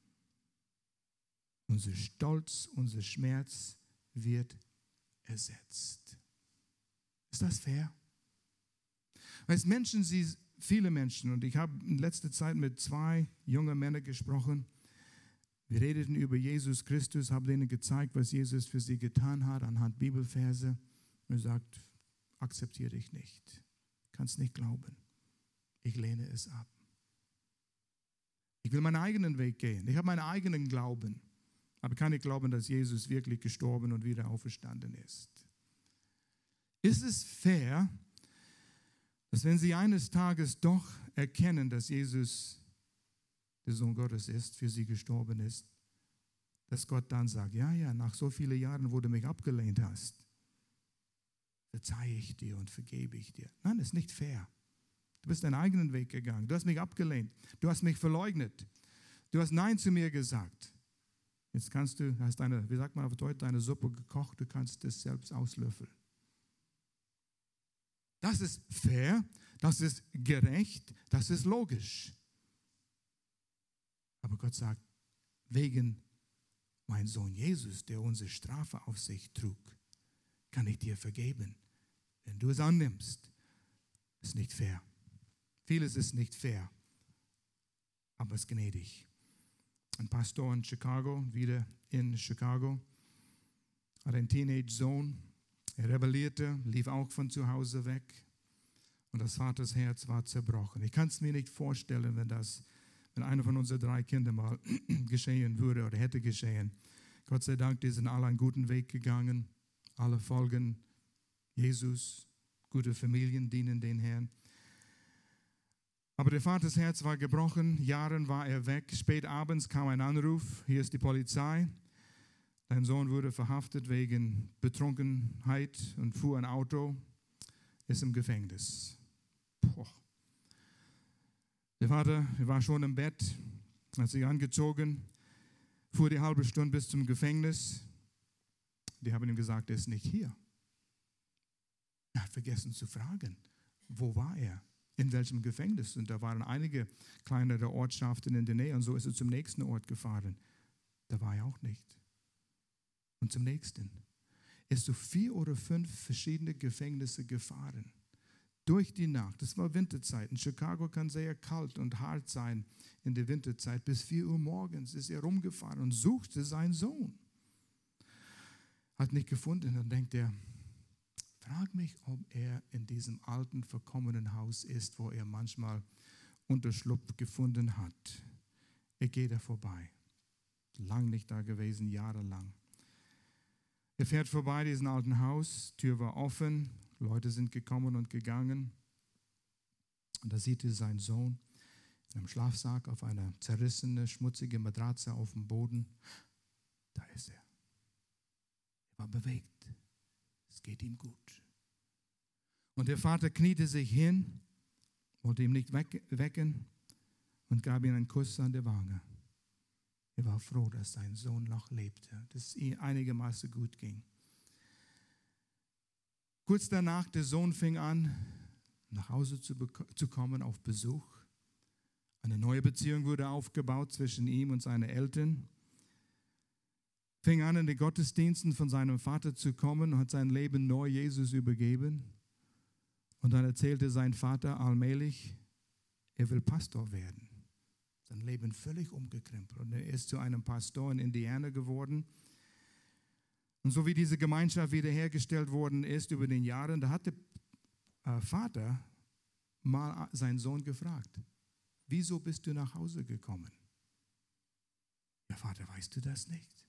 Unser Stolz, unser Schmerz wird ersetzt. Ist das fair? Weil Menschen, viele Menschen, und ich habe in letzter Zeit mit 2 jungen Männern gesprochen, wir redeten über Jesus Christus, haben ihnen gezeigt, was Jesus für sie getan hat, anhand Bibelverse. Und er sagt, akzeptiere ich nicht. Kannst nicht glauben. Ich lehne es ab. Ich will meinen eigenen Weg gehen. Ich habe meinen eigenen Glauben. Aber kann ich glauben, dass Jesus wirklich gestorben und wieder auferstanden ist. Ist es fair, dass wenn Sie eines Tages doch erkennen, dass Jesus der Sohn Gottes ist, für Sie gestorben ist, dass Gott dann sagt, ja, nach so vielen Jahren, wo du mich abgelehnt hast, verzeihe ich dir und vergebe ich dir. Nein, das ist nicht fair. Du bist deinen eigenen Weg gegangen. Du hast mich abgelehnt. Du hast mich verleugnet. Du hast Nein zu mir gesagt. Jetzt hast deine, wie sagt man auf Deutsch, deine Suppe gekocht. Du kannst es selbst auslöffeln. Das ist fair. Das ist gerecht. Das ist logisch. Aber Gott sagt, wegen mein Sohn Jesus, der unsere Strafe auf sich trug, kann ich dir vergeben. Wenn du es annimmst, ist nicht fair. Vieles ist nicht fair, aber es ist gnädig. Ein Pastor in Chicago, wieder in Chicago, hat einen Teenage-Sohn. Er rebellierte, lief auch von zu Hause weg und das Vaters Herz war zerbrochen. Ich kann es mir nicht vorstellen, wenn einer von unseren 3 Kindern mal geschehen würde oder hätte geschehen. Gott sei Dank, die sind alle einen guten Weg gegangen. Alle folgen Jesus. Gute Familien dienen den Herrn. Aber der Vaters Herz war gebrochen. Jahren war er weg. Spät abends kam ein Anruf. Hier ist die Polizei. Dein Sohn wurde verhaftet wegen Betrunkenheit und fuhr ein Auto. Ist im Gefängnis. Boah. Der Vater war schon im Bett, hat sich angezogen, fuhr die halbe Stunde bis zum Gefängnis. Die haben ihm gesagt, er ist nicht hier. Er hat vergessen zu fragen, wo war er, in welchem Gefängnis. Und da waren einige kleinere Ortschaften in der Nähe und so ist er zum nächsten Ort gefahren. Da war er auch nicht. Und zum nächsten. Er ist zu 4 oder 5 verschiedene Gefängnisse gefahren. Durch die Nacht, das war Winterzeit. In Chicago kann sehr kalt und hart sein in der Winterzeit. Bis 4 Uhr morgens ist er rumgefahren und suchte seinen Sohn. Hat nicht gefunden. Dann denkt er, frag mich, ob er in diesem alten, verkommenen Haus ist, wo er manchmal Unterschlupf gefunden hat. Er geht da vorbei. Lang nicht da gewesen, jahrelang. Er fährt vorbei diesem alten Haus, Tür war offen, Leute sind gekommen und gegangen. Und da sieht er seinen Sohn in einem Schlafsack auf einer zerrissenen, schmutzigen Matratze auf dem Boden. Da ist er. Er war bewegt. Es geht ihm gut. Und der Vater kniete sich hin, wollte ihn nicht wecken und gab ihm einen Kuss an die Wange. Er war froh, dass sein Sohn noch lebte, dass es ihm einigermaßen gut ging. Kurz danach, der Sohn fing an, nach Hause zu kommen auf Besuch. Eine neue Beziehung wurde aufgebaut zwischen ihm und seinen Eltern. Fing an, in den Gottesdiensten von seinem Vater zu kommen und hat sein Leben neu Jesus übergeben. Und dann erzählte sein Vater allmählich, er will Pastor werden. Sein Leben völlig umgekrempelt. Und er ist zu einem Pastor in Indiana geworden. Und so wie diese Gemeinschaft wiederhergestellt worden ist über den Jahren, da hat der Vater mal seinen Sohn gefragt, wieso bist du nach Hause gekommen? Ja, Vater, weißt du das nicht?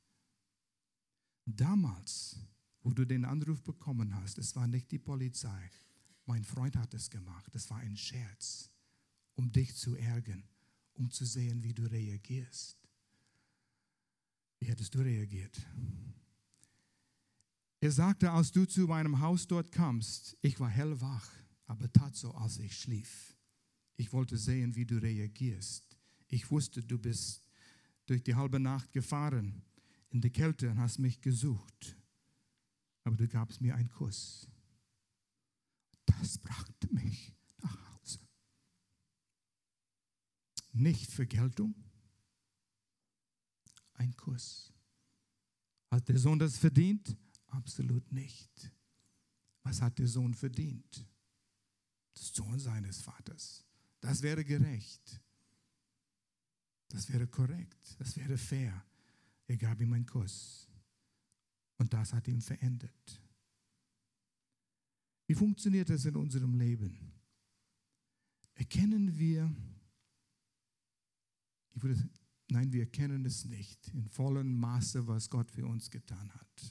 Damals, wo du den Anruf bekommen hast, es war nicht die Polizei. Mein Freund hat es gemacht. Es war ein Scherz, um dich zu ärgern, um zu sehen, wie du reagierst. Wie hättest du reagiert? Er sagte, als du zu meinem Haus dort kamst, ich war hellwach, aber tat so, als ich schlief. Ich wollte sehen, wie du reagierst. Ich wusste, du bist durch die halbe Nacht gefahren in die Kälte und hast mich gesucht. Aber du gabst mir einen Kuss. Das brachte mich nach Hause. Nicht Vergeltung, ein Kuss. Hat der Sohn das verdient? Absolut nicht. Was hat der Sohn verdient? Das Sohn seines Vaters. Das wäre gerecht. Das wäre korrekt. Das wäre fair. Er gab ihm einen Kuss. Und das hat ihn verändert. Wie funktioniert das in unserem Leben? Erkennen wir, wir erkennen es nicht in vollem Maße, was Gott für uns getan hat.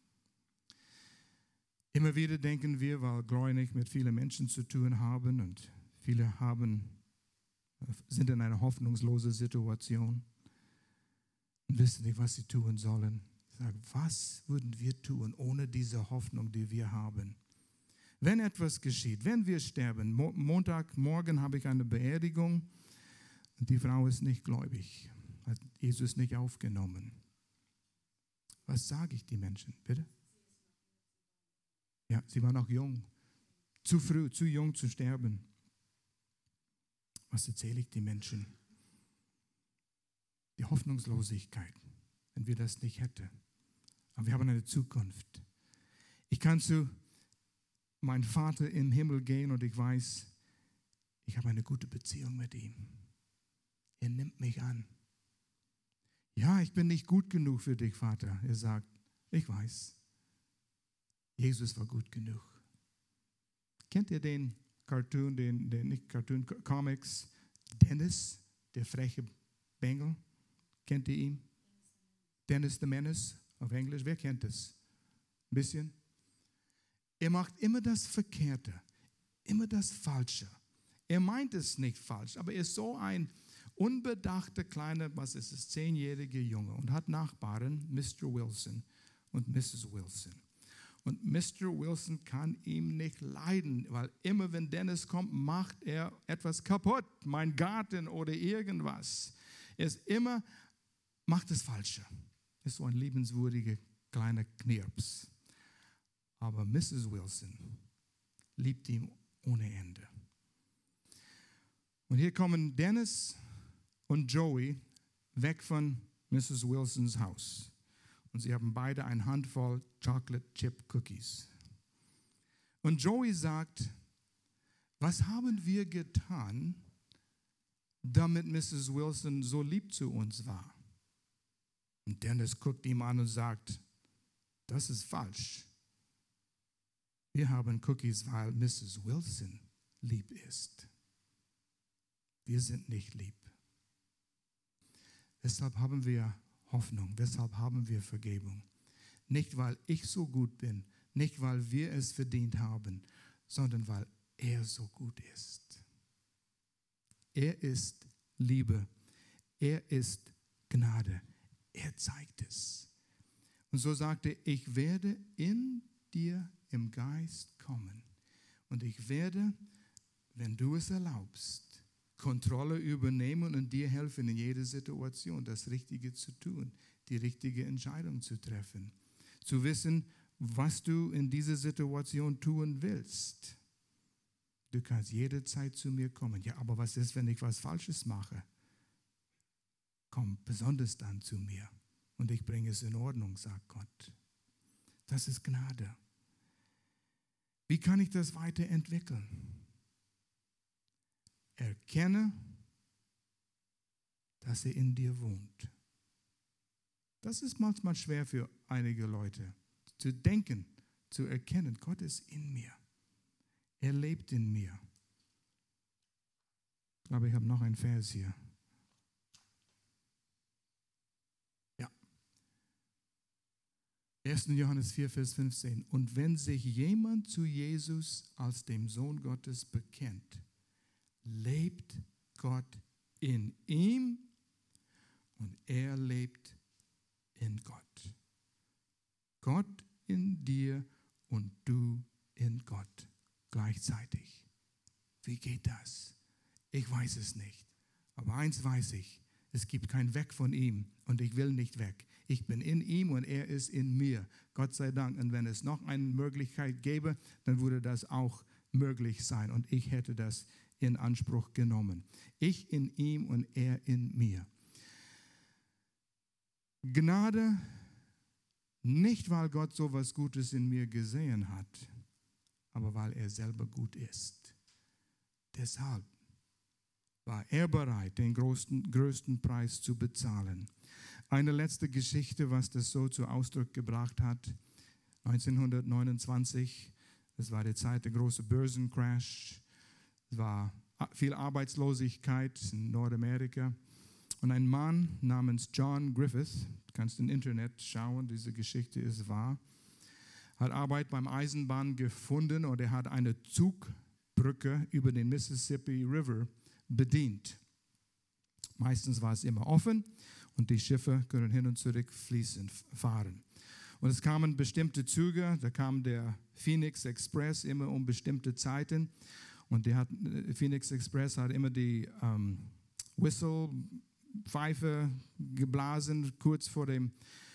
Immer wieder denken wir, weil Gläubig mit vielen Menschen zu tun haben und viele sind in einer hoffnungslosen Situation und wissen nicht, was sie tun sollen. Ich sage, was würden wir tun ohne diese Hoffnung, die wir haben? Wenn etwas geschieht, wenn wir sterben, Montagmorgen habe ich eine Beerdigung und die Frau ist nicht gläubig, hat Jesus nicht aufgenommen. Was sage ich den Menschen, bitte? Ja, sie war noch jung, zu früh, zu jung zu sterben. Was erzähle ich den Menschen? Die Hoffnungslosigkeit, wenn wir das nicht hätten. Aber wir haben eine Zukunft. Ich kann zu meinem Vater im Himmel gehen und ich weiß, ich habe eine gute Beziehung mit ihm. Er nimmt mich an. Ja, ich bin nicht gut genug für dich, Vater. Er sagt, ich weiß. Jesus war gut genug. Kennt ihr den Cartoon, nicht Cartoon, Comics, Dennis, der freche Bengel? Kennt ihr ihn? Dennis the Menace auf Englisch. Wer kennt es? Ein bisschen? Er macht immer das Verkehrte, immer das Falsche. Er meint es nicht falsch, aber er ist so ein unbedachter kleiner, 10-jähriger Junge und hat Nachbarn, Mr. Wilson und Mrs. Wilson. Und Mr. Wilson kann ihn nicht leiden, weil immer wenn Dennis kommt, macht er etwas kaputt, mein Garten oder irgendwas. Er ist immer, macht das Falsche. Ist so ein liebenswürdiger kleiner Knirps. Aber Mrs. Wilson liebt ihn ohne Ende. Und hier kommen Dennis und Joey weg von Mrs. Wilsons Haus. Und sie haben beide eine Handvoll Chocolate Chip Cookies. Und Joey sagt, was haben wir getan, damit Mrs. Wilson so lieb zu uns war? Und Dennis guckt ihm an und sagt, das ist falsch. Wir haben Cookies, weil Mrs. Wilson lieb ist. Wir sind nicht lieb. Deshalb haben wir Hoffnung, deshalb haben wir Vergebung. Nicht, weil ich so gut bin, nicht, weil wir es verdient haben, sondern weil er so gut ist. Er ist Liebe. Er ist Gnade. Er zeigt es. Und so sagte er, ich werde in dir im Geist kommen. Und ich werde, wenn du es erlaubst, Kontrolle übernehmen und dir helfen, in jeder Situation das Richtige zu tun, die richtige Entscheidung zu treffen. Zu wissen, was du in dieser Situation tun willst. Du kannst jederzeit zu mir kommen. Ja, aber was ist, wenn ich was Falsches mache? Komm besonders dann zu mir und ich bringe es in Ordnung, sagt Gott. Das ist Gnade. Wie kann ich das weiterentwickeln? Erkenne, dass er in dir wohnt. Das ist manchmal schwer für einige Leute, zu denken, zu erkennen, Gott ist in mir. Er lebt in mir. Ich glaube, ich habe noch einen Vers hier. Ja. 1. Johannes 4, Vers 15. Und wenn sich jemand zu Jesus als dem Sohn Gottes bekennt, lebt Gott in ihm und er lebt in Gott. Gott in dir und du in Gott gleichzeitig. Wie geht das? Ich weiß es nicht. Aber eins weiß ich, es gibt kein Weg von ihm und ich will nicht weg. Ich bin in ihm und er ist in mir. Gott sei Dank. Und wenn es noch eine Möglichkeit gäbe, dann würde das auch möglich sein und ich hätte das in Anspruch genommen. Ich in ihm und er in mir. Gnade, nicht weil Gott so was Gutes in mir gesehen hat, aber weil er selber gut ist. Deshalb war er bereit, den größten Preis zu bezahlen. Eine letzte Geschichte, was das so zu Ausdruck gebracht hat. 1929, das war die Zeit der großen Börsencrash. Es war viel Arbeitslosigkeit in Nordamerika. Und ein Mann namens John Griffith, du kannst im Internet schauen, diese Geschichte ist wahr, hat Arbeit beim Eisenbahn gefunden und er hat eine Zugbrücke über den Mississippi River bedient. Meistens war es immer offen und die Schiffe können hin und zurück fahren. Und es kamen bestimmte Züge, da kam der Phoenix Express immer um bestimmte Zeiten und der Phoenix Express hat immer die Whistle, Pfeife geblasen, kurz vor dem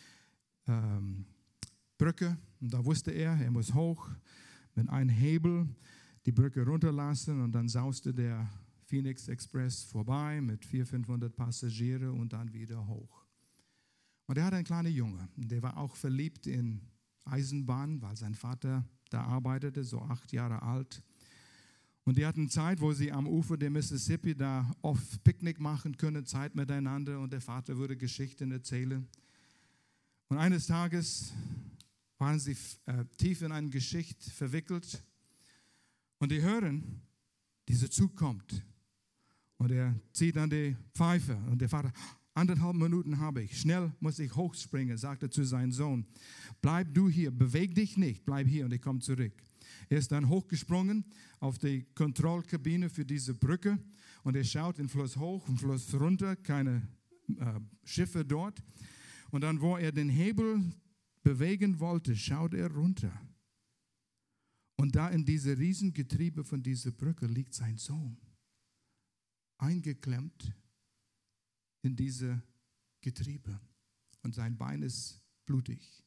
Brücke. Und da wusste er muss hoch mit einem Hebel die Brücke runterlassen und dann sauste der Phoenix Express vorbei mit 400-500 Passagieren und dann wieder hoch. Und er hat einen kleinen Junge, der war auch verliebt in Eisenbahn, weil sein Vater da arbeitete, so 8 Jahre alt. Und die hatten Zeit, wo sie am Ufer der Mississippi da oft Picknick machen können, Zeit miteinander und der Vater würde Geschichten erzählen. Und eines Tages waren sie tief in eine Geschichte verwickelt und die hören, dieser Zug kommt. Und er zieht an die Pfeife und der Vater, 1,5 Minuten habe ich, schnell muss ich hochspringen, sagte zu seinem Sohn, bleib du hier, beweg dich nicht, bleib hier und ich komme zurück. Er ist dann hochgesprungen auf die Kontrollkabine für diese Brücke und er schaut den Fluss hoch und Fluss runter, keine Schiffe dort. Und dann, wo er den Hebel bewegen wollte, schaut er runter. Und da in diese Riesengetriebe von dieser Brücke liegt sein Sohn, eingeklemmt in diese Getriebe. Und sein Bein ist blutig.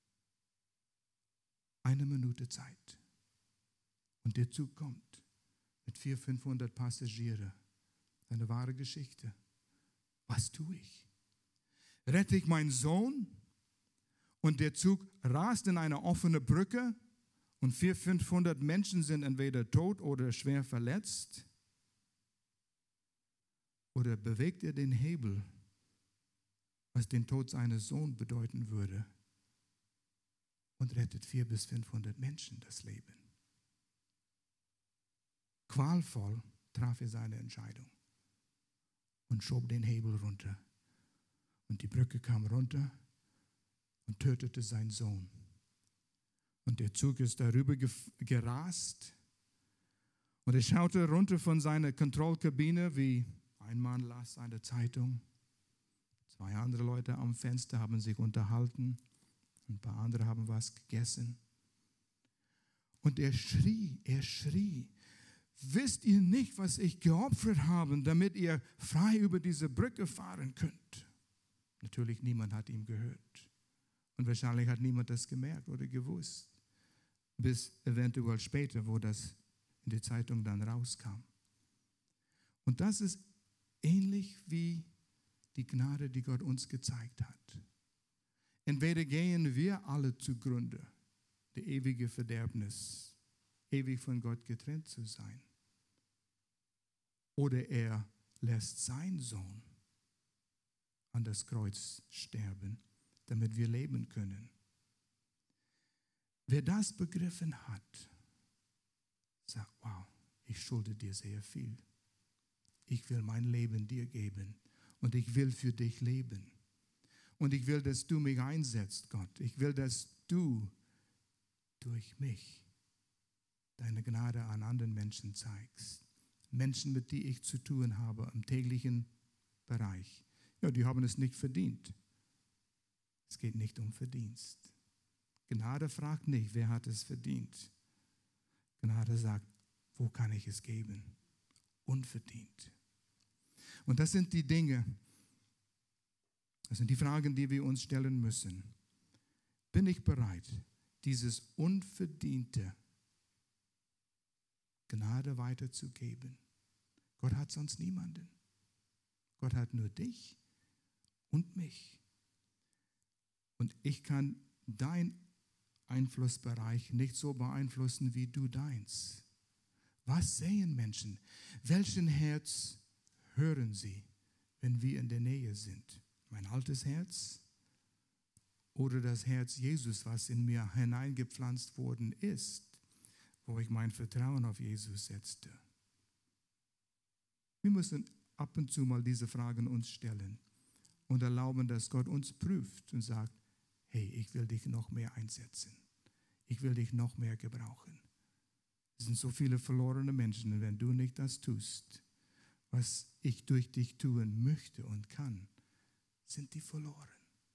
1 Minute Zeit. Und der Zug kommt mit 400-500 Passagieren. Eine wahre Geschichte. Was tue ich? Rette ich meinen Sohn und der Zug rast in eine offene Brücke und 400-500 Menschen sind entweder tot oder schwer verletzt? Oder bewegt er den Hebel, was den Tod seines Sohns bedeuten würde, und rettet 400-500 Menschen das Leben? Qualvoll traf er seine Entscheidung und schob den Hebel runter. Und die Brücke kam runter und tötete seinen Sohn. Und der Zug ist darüber gerast. Und er schaute runter von seiner Kontrollkabine, wie ein Mann las eine Zeitung. 2 andere Leute am Fenster haben sich unterhalten. Ein paar andere haben was gegessen. Und er schrie, wisst ihr nicht, was ich geopfert habe, damit ihr frei über diese Brücke fahren könnt? Natürlich niemand hat ihm gehört. Und wahrscheinlich hat niemand das gemerkt oder gewusst, bis eventuell später, wo das in der Zeitung dann rauskam. Und das ist ähnlich wie die Gnade, die Gott uns gezeigt hat. Entweder gehen wir alle zugrunde, die ewige Verderbnis, ewig von Gott getrennt zu sein. Oder er lässt seinen Sohn an das Kreuz sterben, damit wir leben können. Wer das begriffen hat, sagt, wow, ich schulde dir sehr viel. Ich will mein Leben dir geben und ich will für dich leben. Und ich will, dass du mich einsetzt, Gott. Ich will, dass du durch mich deine Gnade an anderen Menschen zeigst. Menschen, mit denen ich zu tun habe im täglichen Bereich. Ja, die haben es nicht verdient. Es geht nicht um Verdienst. Gnade fragt nicht, wer hat es verdient. Gnade sagt, wo kann ich es geben? Unverdient. Und das sind die Dinge, das sind die Fragen, die wir uns stellen müssen. Bin ich bereit, dieses unverdiente Gnade weiterzugeben? Gott hat sonst niemanden. Gott hat nur dich und mich. Und ich kann deinen Einflussbereich nicht so beeinflussen, wie du deins. Was sehen Menschen? Welchen Herz hören sie, wenn wir in der Nähe sind? Mein altes Herz oder das Herz Jesus, was in mir hineingepflanzt worden ist, wo ich mein Vertrauen auf Jesus setzte? Wir müssen ab und zu mal diese Fragen uns stellen und erlauben, dass Gott uns prüft und sagt, hey, ich will dich noch mehr einsetzen. Ich will dich noch mehr gebrauchen. Es sind so viele verlorene Menschen und wenn du nicht das tust, was ich durch dich tun möchte und kann, sind die verloren.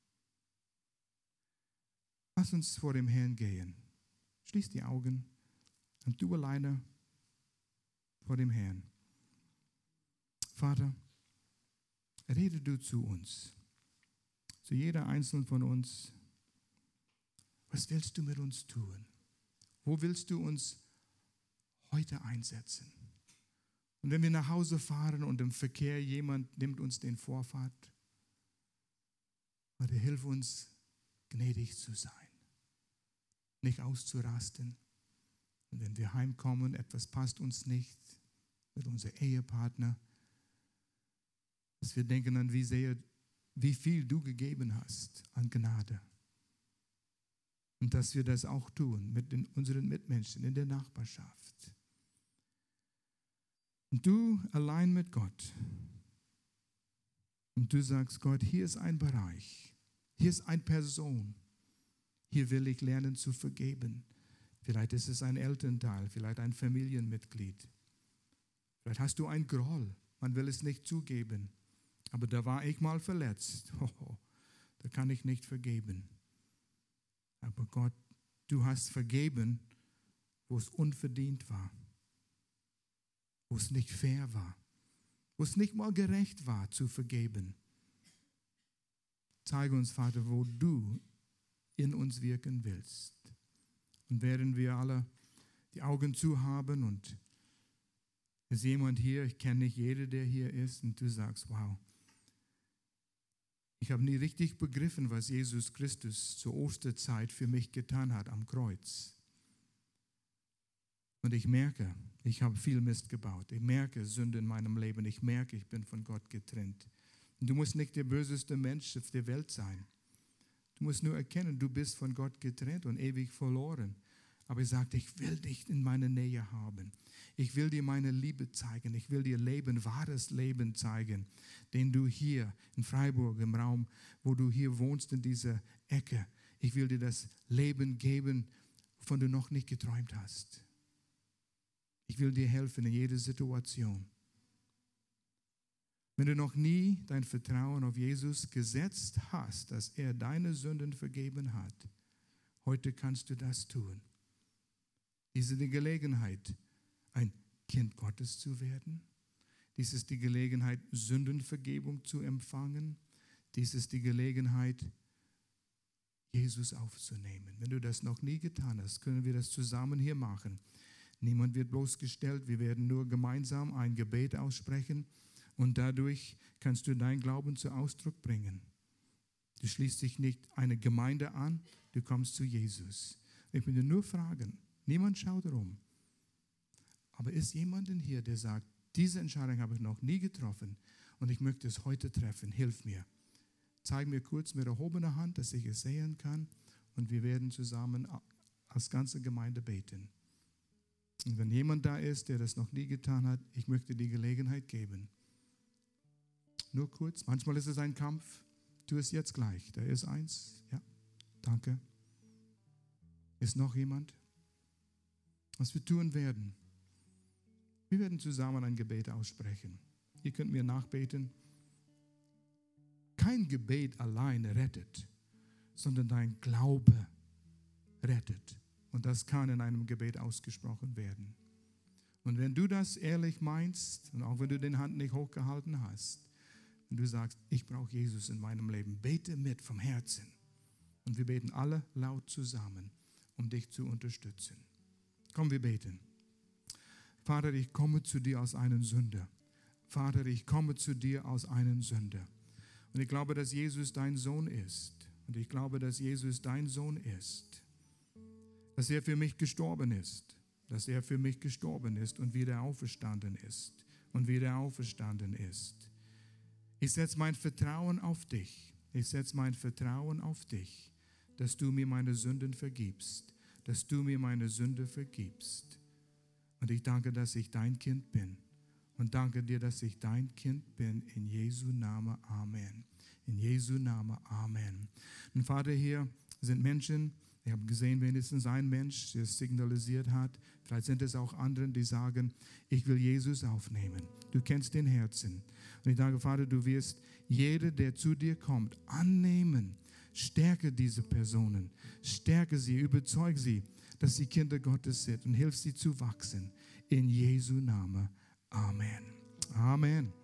Lass uns vor dem Herrn gehen. Schließ die Augen und du alleine vor dem Herrn. Vater, rede du zu uns, zu jeder einzelnen von uns. Was willst du mit uns tun? Wo willst du uns heute einsetzen? Und wenn wir nach Hause fahren und im Verkehr jemand nimmt uns den Vorfahrt, Vater, hilf uns, gnädig zu sein, nicht auszurasten. Und wenn wir heimkommen, etwas passt uns nicht mit unserem Ehepartner, dass wir denken an, wie viel du gegeben hast an Gnade. Und dass wir das auch tun mit unseren Mitmenschen in der Nachbarschaft. Und du allein mit Gott. Und du sagst, Gott, hier ist ein Bereich, hier ist eine Person. Hier will ich lernen zu vergeben. Vielleicht ist es ein Elternteil, vielleicht ein Familienmitglied. Vielleicht hast du einen Groll, man will es nicht zugeben. Aber da war ich mal verletzt. Da kann ich nicht vergeben. Aber Gott, du hast vergeben, wo es unverdient war, wo es nicht fair war, wo es nicht mal gerecht war zu vergeben. Zeige uns, Vater, wo du in uns wirken willst. Und während wir alle die Augen zu haben und ist jemand hier, ich kenne nicht jeden, der hier ist, und du sagst, wow, ich habe nie richtig begriffen, was Jesus Christus zur Osterzeit für mich getan hat am Kreuz. Und ich merke, ich habe viel Mist gebaut. Ich merke Sünde in meinem Leben. Ich merke, ich bin von Gott getrennt. Und du musst nicht der böseste Mensch auf der Welt sein. Du musst nur erkennen, du bist von Gott getrennt und ewig verloren. Aber er sagt, ich will dich in meiner Nähe haben. Ich will dir meine Liebe zeigen. Ich will dir Leben, wahres Leben zeigen, den du hier in Freiburg im Raum, wo du hier wohnst in dieser Ecke. Ich will dir das Leben geben, wovon du noch nicht geträumt hast. Ich will dir helfen in jeder Situation. Wenn du noch nie dein Vertrauen auf Jesus gesetzt hast, dass er deine Sünden vergeben hat, heute kannst du das tun. Dies ist die Gelegenheit, ein Kind Gottes zu werden. Dies ist die Gelegenheit, Sündenvergebung zu empfangen. Dies ist die Gelegenheit, Jesus aufzunehmen. Wenn du das noch nie getan hast, können wir das zusammen hier machen. Niemand wird bloßgestellt. Wir werden nur gemeinsam ein Gebet aussprechen und dadurch kannst du deinen Glauben zu Ausdruck bringen. Du schließt dich nicht einer Gemeinde an, du kommst zu Jesus. Ich will dir nur fragen, niemand schaut rum. Aber ist jemand denn hier, der sagt, diese Entscheidung habe ich noch nie getroffen und ich möchte es heute treffen, hilf mir. Zeig mir kurz mit erhobener Hand, dass ich es sehen kann und wir werden zusammen als ganze Gemeinde beten. Und wenn jemand da ist, der das noch nie getan hat, ich möchte die Gelegenheit geben. Nur kurz, manchmal ist es ein Kampf, tu es jetzt gleich. Da ist eins, ja, danke. Ist noch jemand? Was wir tun werden, wir werden zusammen ein Gebet aussprechen. Ihr könnt mir nachbeten. Kein Gebet allein rettet, sondern dein Glaube rettet. Und das kann in einem Gebet ausgesprochen werden. Und wenn du das ehrlich meinst, und auch wenn du die Hand nicht hochgehalten hast, und du sagst, ich brauche Jesus in meinem Leben, bete mit vom Herzen. Und wir beten alle laut zusammen, um dich zu unterstützen. Komm, wir beten. Vater, ich komme zu dir als einen Sünder. Vater, ich komme zu dir als einen Sünder. Und ich glaube, dass Jesus dein Sohn ist. Und ich glaube, dass Jesus dein Sohn ist. Dass er für mich gestorben ist. Dass er für mich gestorben ist und wieder auferstanden ist. Und wieder auferstanden ist. Ich setze mein Vertrauen auf dich. Ich setze mein Vertrauen auf dich, dass du mir meine Sünden vergibst. Dass du mir meine Sünde vergibst. Und ich danke, dass ich dein Kind bin. Und danke dir, dass ich dein Kind bin. In Jesu Namen, Amen. In Jesu Namen, Amen. Und Vater, hier sind Menschen, ich habe gesehen, wenigstens ein Mensch, der es signalisiert hat. Vielleicht sind es auch andere, die sagen, ich will Jesus aufnehmen. Du kennst den Herzen. Und ich danke, Vater, du wirst jeder, der zu dir kommt, annehmen. Stärke diese Personen. Stärke sie, überzeug sie, dass sie Kinder Gottes sind und hilf sie zu wachsen. In Jesu Namen. Amen. Amen.